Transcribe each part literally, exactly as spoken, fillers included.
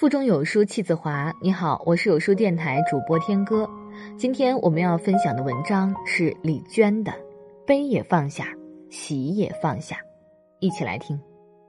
腹中有书气自华。你好，我是有书电台主播天歌。今天我们要分享的文章是李娟的《悲也放下，喜也放下》，一起来听。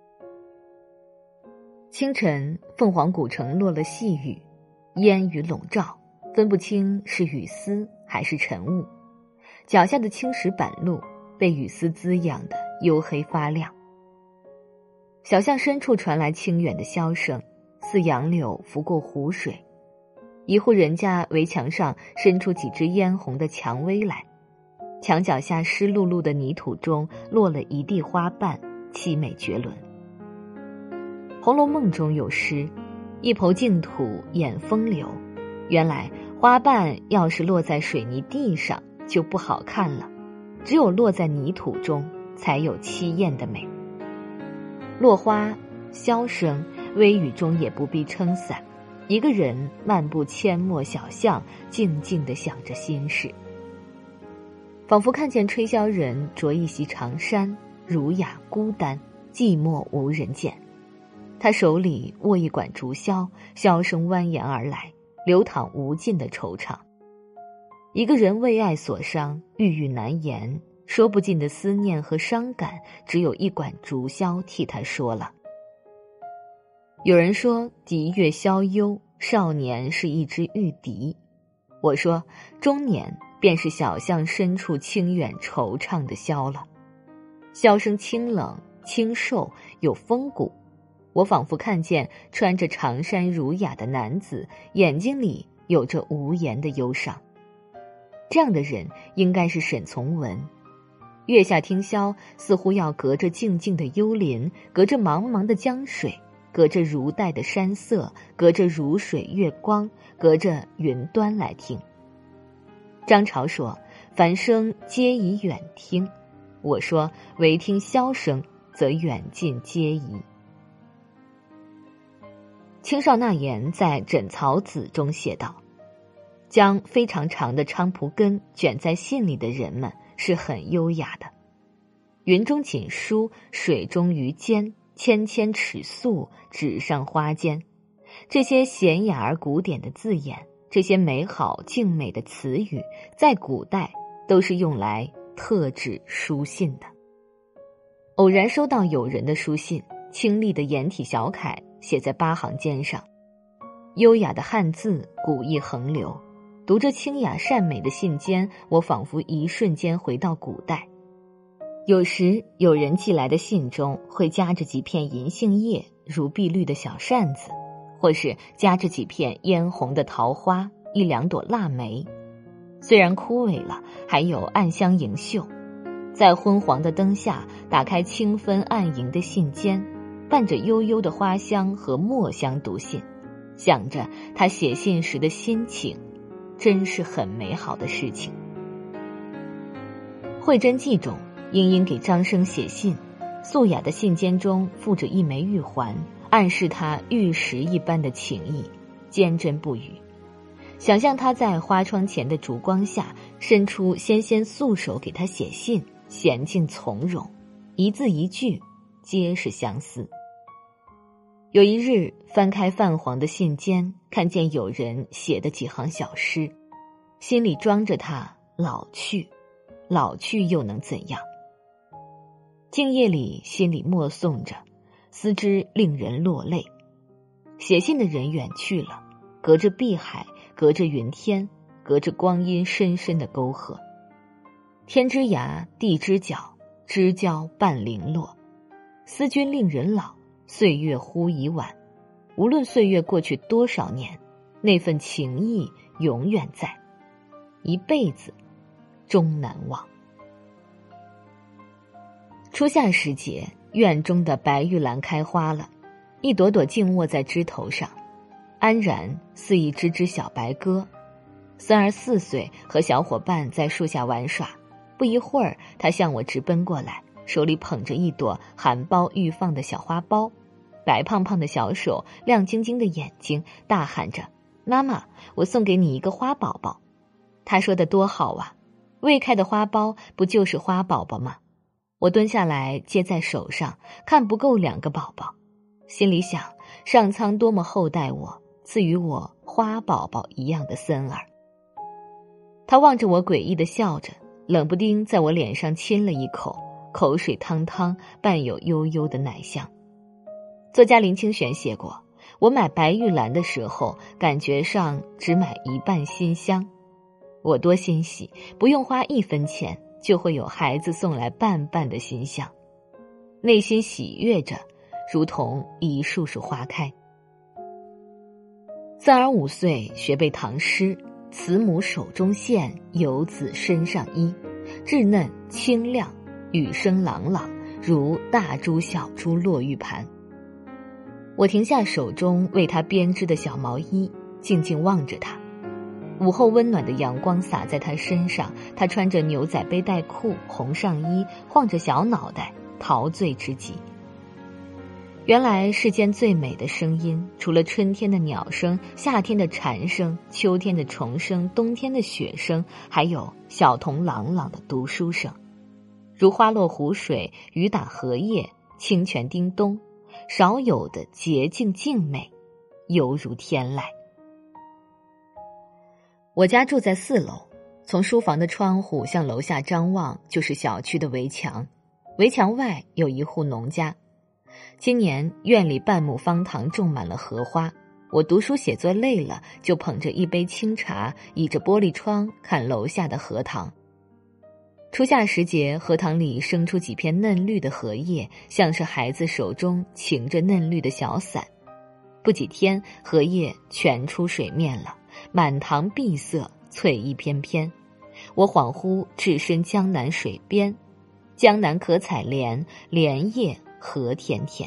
清晨，凤凰古城落了细雨，烟雨笼罩，分不清是雨丝还是晨雾。脚下的青石板路被雨丝滋养得黝黑发亮。小巷深处传来清远的箫声，似杨柳拂过湖水。一户人家围墙上伸出几只嫣红的蔷薇来，墙脚下湿漉漉的泥土中落了一地花瓣，凄美绝伦。《红楼梦》中有诗：一抔净土掩风流，原来花瓣要是落在水泥地上就不好看了，只有落在泥土中才有凄艳的美。落花箫声，微雨中也不必撑伞，一个人漫步阡陌小巷，静静地想着心事。仿佛看见吹箫人着一袭长衫，儒雅孤单，寂寞无人见。他手里握一管竹箫，箫声蜿蜒而来，流淌无尽的惆怅。一个人为爱所伤，郁郁难言，说不尽的思念和伤感，只有一管竹箫替他说了。有人说笛乐消幽，少年是一支玉笛。我说中年便是小巷深处清远惆怅的箫了。箫声清冷清瘦有风骨，我仿佛看见穿着长衫儒雅的男子，眼睛里有着无言的忧伤。这样的人应该是沈从文。月下听箫，似乎要隔着静静的幽林，隔着茫茫的江水，隔着如带的山色，隔着如水月光，隔着云端来听。张潮说凡声皆宜远听，我说唯听箫声则远近皆宜。青少纳言在《枕草子》中写道，将非常长的菖蒲根卷在信里的人们是很优雅的。云中锦书，水中鱼间，纤纤尺素，纸上花间。这些娴雅而古典的字眼，这些美好静美的词语，在古代都是用来特指书信的。偶然收到友人的书信，清丽的颜体小楷写在八行笺上，优雅的汉字古意横流。读着清雅善美的信笺，我仿佛一瞬间回到古代。有时有人寄来的信中会夹着几片银杏叶，如碧绿的小扇子，或是夹着几片嫣红的桃花，一两朵腊梅。虽然枯萎了，还有暗香盈袖。在昏黄的灯下，打开清芬暗盈的信笺，伴着悠悠的花香和墨香读信，想着他写信时的心情，真是很美好的事情。《会真记》中，莺莺给张生写信，素雅的信笺中附着一枚玉环，暗示他玉石一般的情意，坚贞不渝。想象他在花窗前的烛光下，伸出纤纤素手给他写信，娴静从容，一字一句皆是相思。有一日翻开泛黄的信笺，看见有人写的几行小诗，心里装着他老去，老去又能怎样？静夜里心里默诵着，思之令人落泪。写信的人远去了，隔着碧海，隔着云天，隔着光阴深深的沟壑。天之涯，地之角，知交半零落。思君令人老，岁月忽已晚。无论岁月过去多少年，那份情谊永远在，一辈子终难忘。初夏时节，院中的白玉兰开花了，一朵朵静卧在枝头上，安然似一只只小白鸽。三儿四岁，和小伙伴在树下玩耍，不一会儿，他向我直奔过来，手里捧着一朵含苞欲放的小花苞，白胖胖的小手，亮晶晶的眼睛，大喊着：妈妈，我送给你一个花宝宝。他说的多好啊，未开的花苞不就是花宝宝吗？我蹲下来接在手上，看不够两个宝宝，心里想， 上苍多么厚待我，赐予我花宝宝一样的孙儿。他望着我诡异地笑着，冷不丁在我脸上亲了一口，口水汤汤，伴有悠悠的奶香。作家林清玄写过，我买白玉兰的时候，感觉上只买一半馨香。我多欣喜，不用花一分钱，就会有孩子送来半半的馨香，内心喜悦着，如同一束束花开。四儿五岁学背唐诗，慈母手中线，游子身上衣，稚嫩清亮，语声朗朗，如大珠小珠落玉盘。我停下手中为他编织的小毛衣，静静望着他。午后温暖的阳光洒在他身上，他穿着牛仔背带裤，红上衣，晃着小脑袋，陶醉之极。原来世间最美的声音，除了春天的鸟声、夏天的蝉声、秋天的虫声、冬天的雪声，还有小童朗朗的读书声，如花落湖水，雨打荷叶，清泉叮咚，少有的洁净静美，犹如天籁。我家住在四楼，从书房的窗户向楼下张望，就是小区的围墙，围墙外有一户农家。今年院里半亩方塘种满了荷花，我读书写作累了，就捧着一杯清茶，倚着玻璃窗看楼下的荷塘。初夏时节，荷塘里生出几片嫩绿的荷叶，像是孩子手中擎着嫩绿的小伞。不几天，荷叶全出水面了，满塘碧色，翠意翩翩。我恍惚置身江南水边，江南可采莲，莲叶荷田田。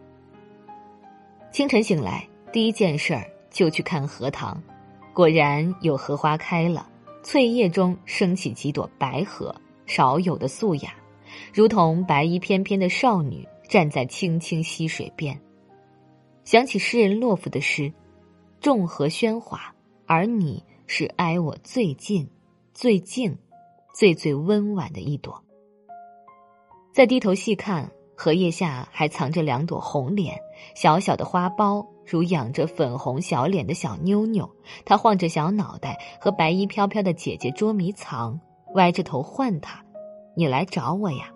清晨醒来，第一件事儿就去看荷塘，果然有荷花开了，翠叶中升起几朵白荷，少有的素雅，如同白衣翩翩的少女站在清清溪水边。想起诗人洛夫的诗，众荷喧哗，而你是挨我最近、最静、最最温婉的一朵。再低头细看，荷叶下还藏着两朵红莲，小小的花苞如养着粉红小脸的小妞妞，她晃着小脑袋和白衣飘飘的姐姐捉迷藏，歪着头唤她：你来找我呀。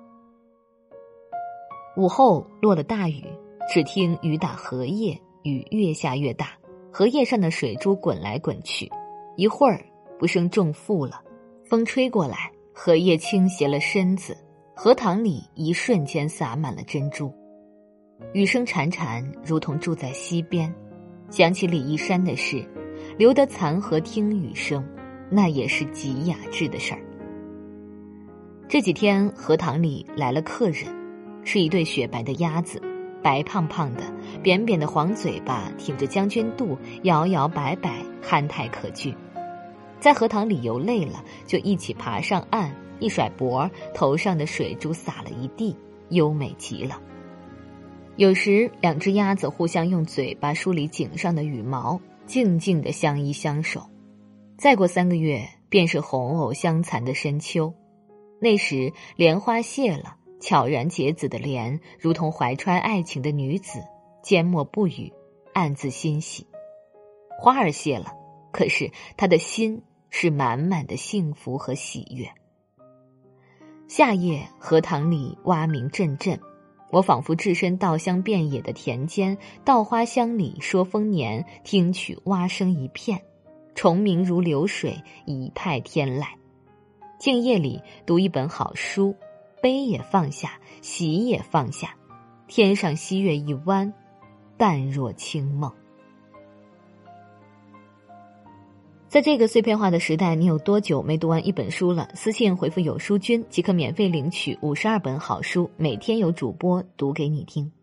午后落了大雨，只听雨打荷叶，雨越下越大，荷叶上的水珠滚来滚去，一会儿不胜重负了，风吹过来，荷叶倾斜了身子，荷塘里一瞬间洒满了珍珠。雨声潺潺，如同住在溪边。想起李义山的事，留得残荷听雨声，那也是极雅致的事儿。这几天荷塘里来了客人，是一对雪白的鸭子，白胖胖的，扁扁的黄嘴巴，挺着将军肚，摇摇摆摆，憨态可掬。在荷塘里游累了，就一起爬上岸，一甩脖，头上的水珠洒了一地，优美极了。有时两只鸭子互相用嘴巴梳理颈上的羽毛，静静地相依相守。再过三个月，便是红藕相残的深秋。那时莲花谢了，悄然结子的莲，如同怀揣爱情的女子，缄默不语，暗自欣喜。花儿谢了，可是她的心是满满的幸福和喜悦。夏夜荷塘里蛙鸣阵阵，我仿佛置身稻香遍野的田间，稻花香里说丰年，听取蛙声一片，虫鸣如流水，一派天籁。静夜里读一本好书，悲也放下，喜也放下，天上西月一弯，淡若清梦。在这个碎片化的时代，你有多久没读完一本书了？私信回复有书君即可免费领取五十二本好书，每天有主播读给你听。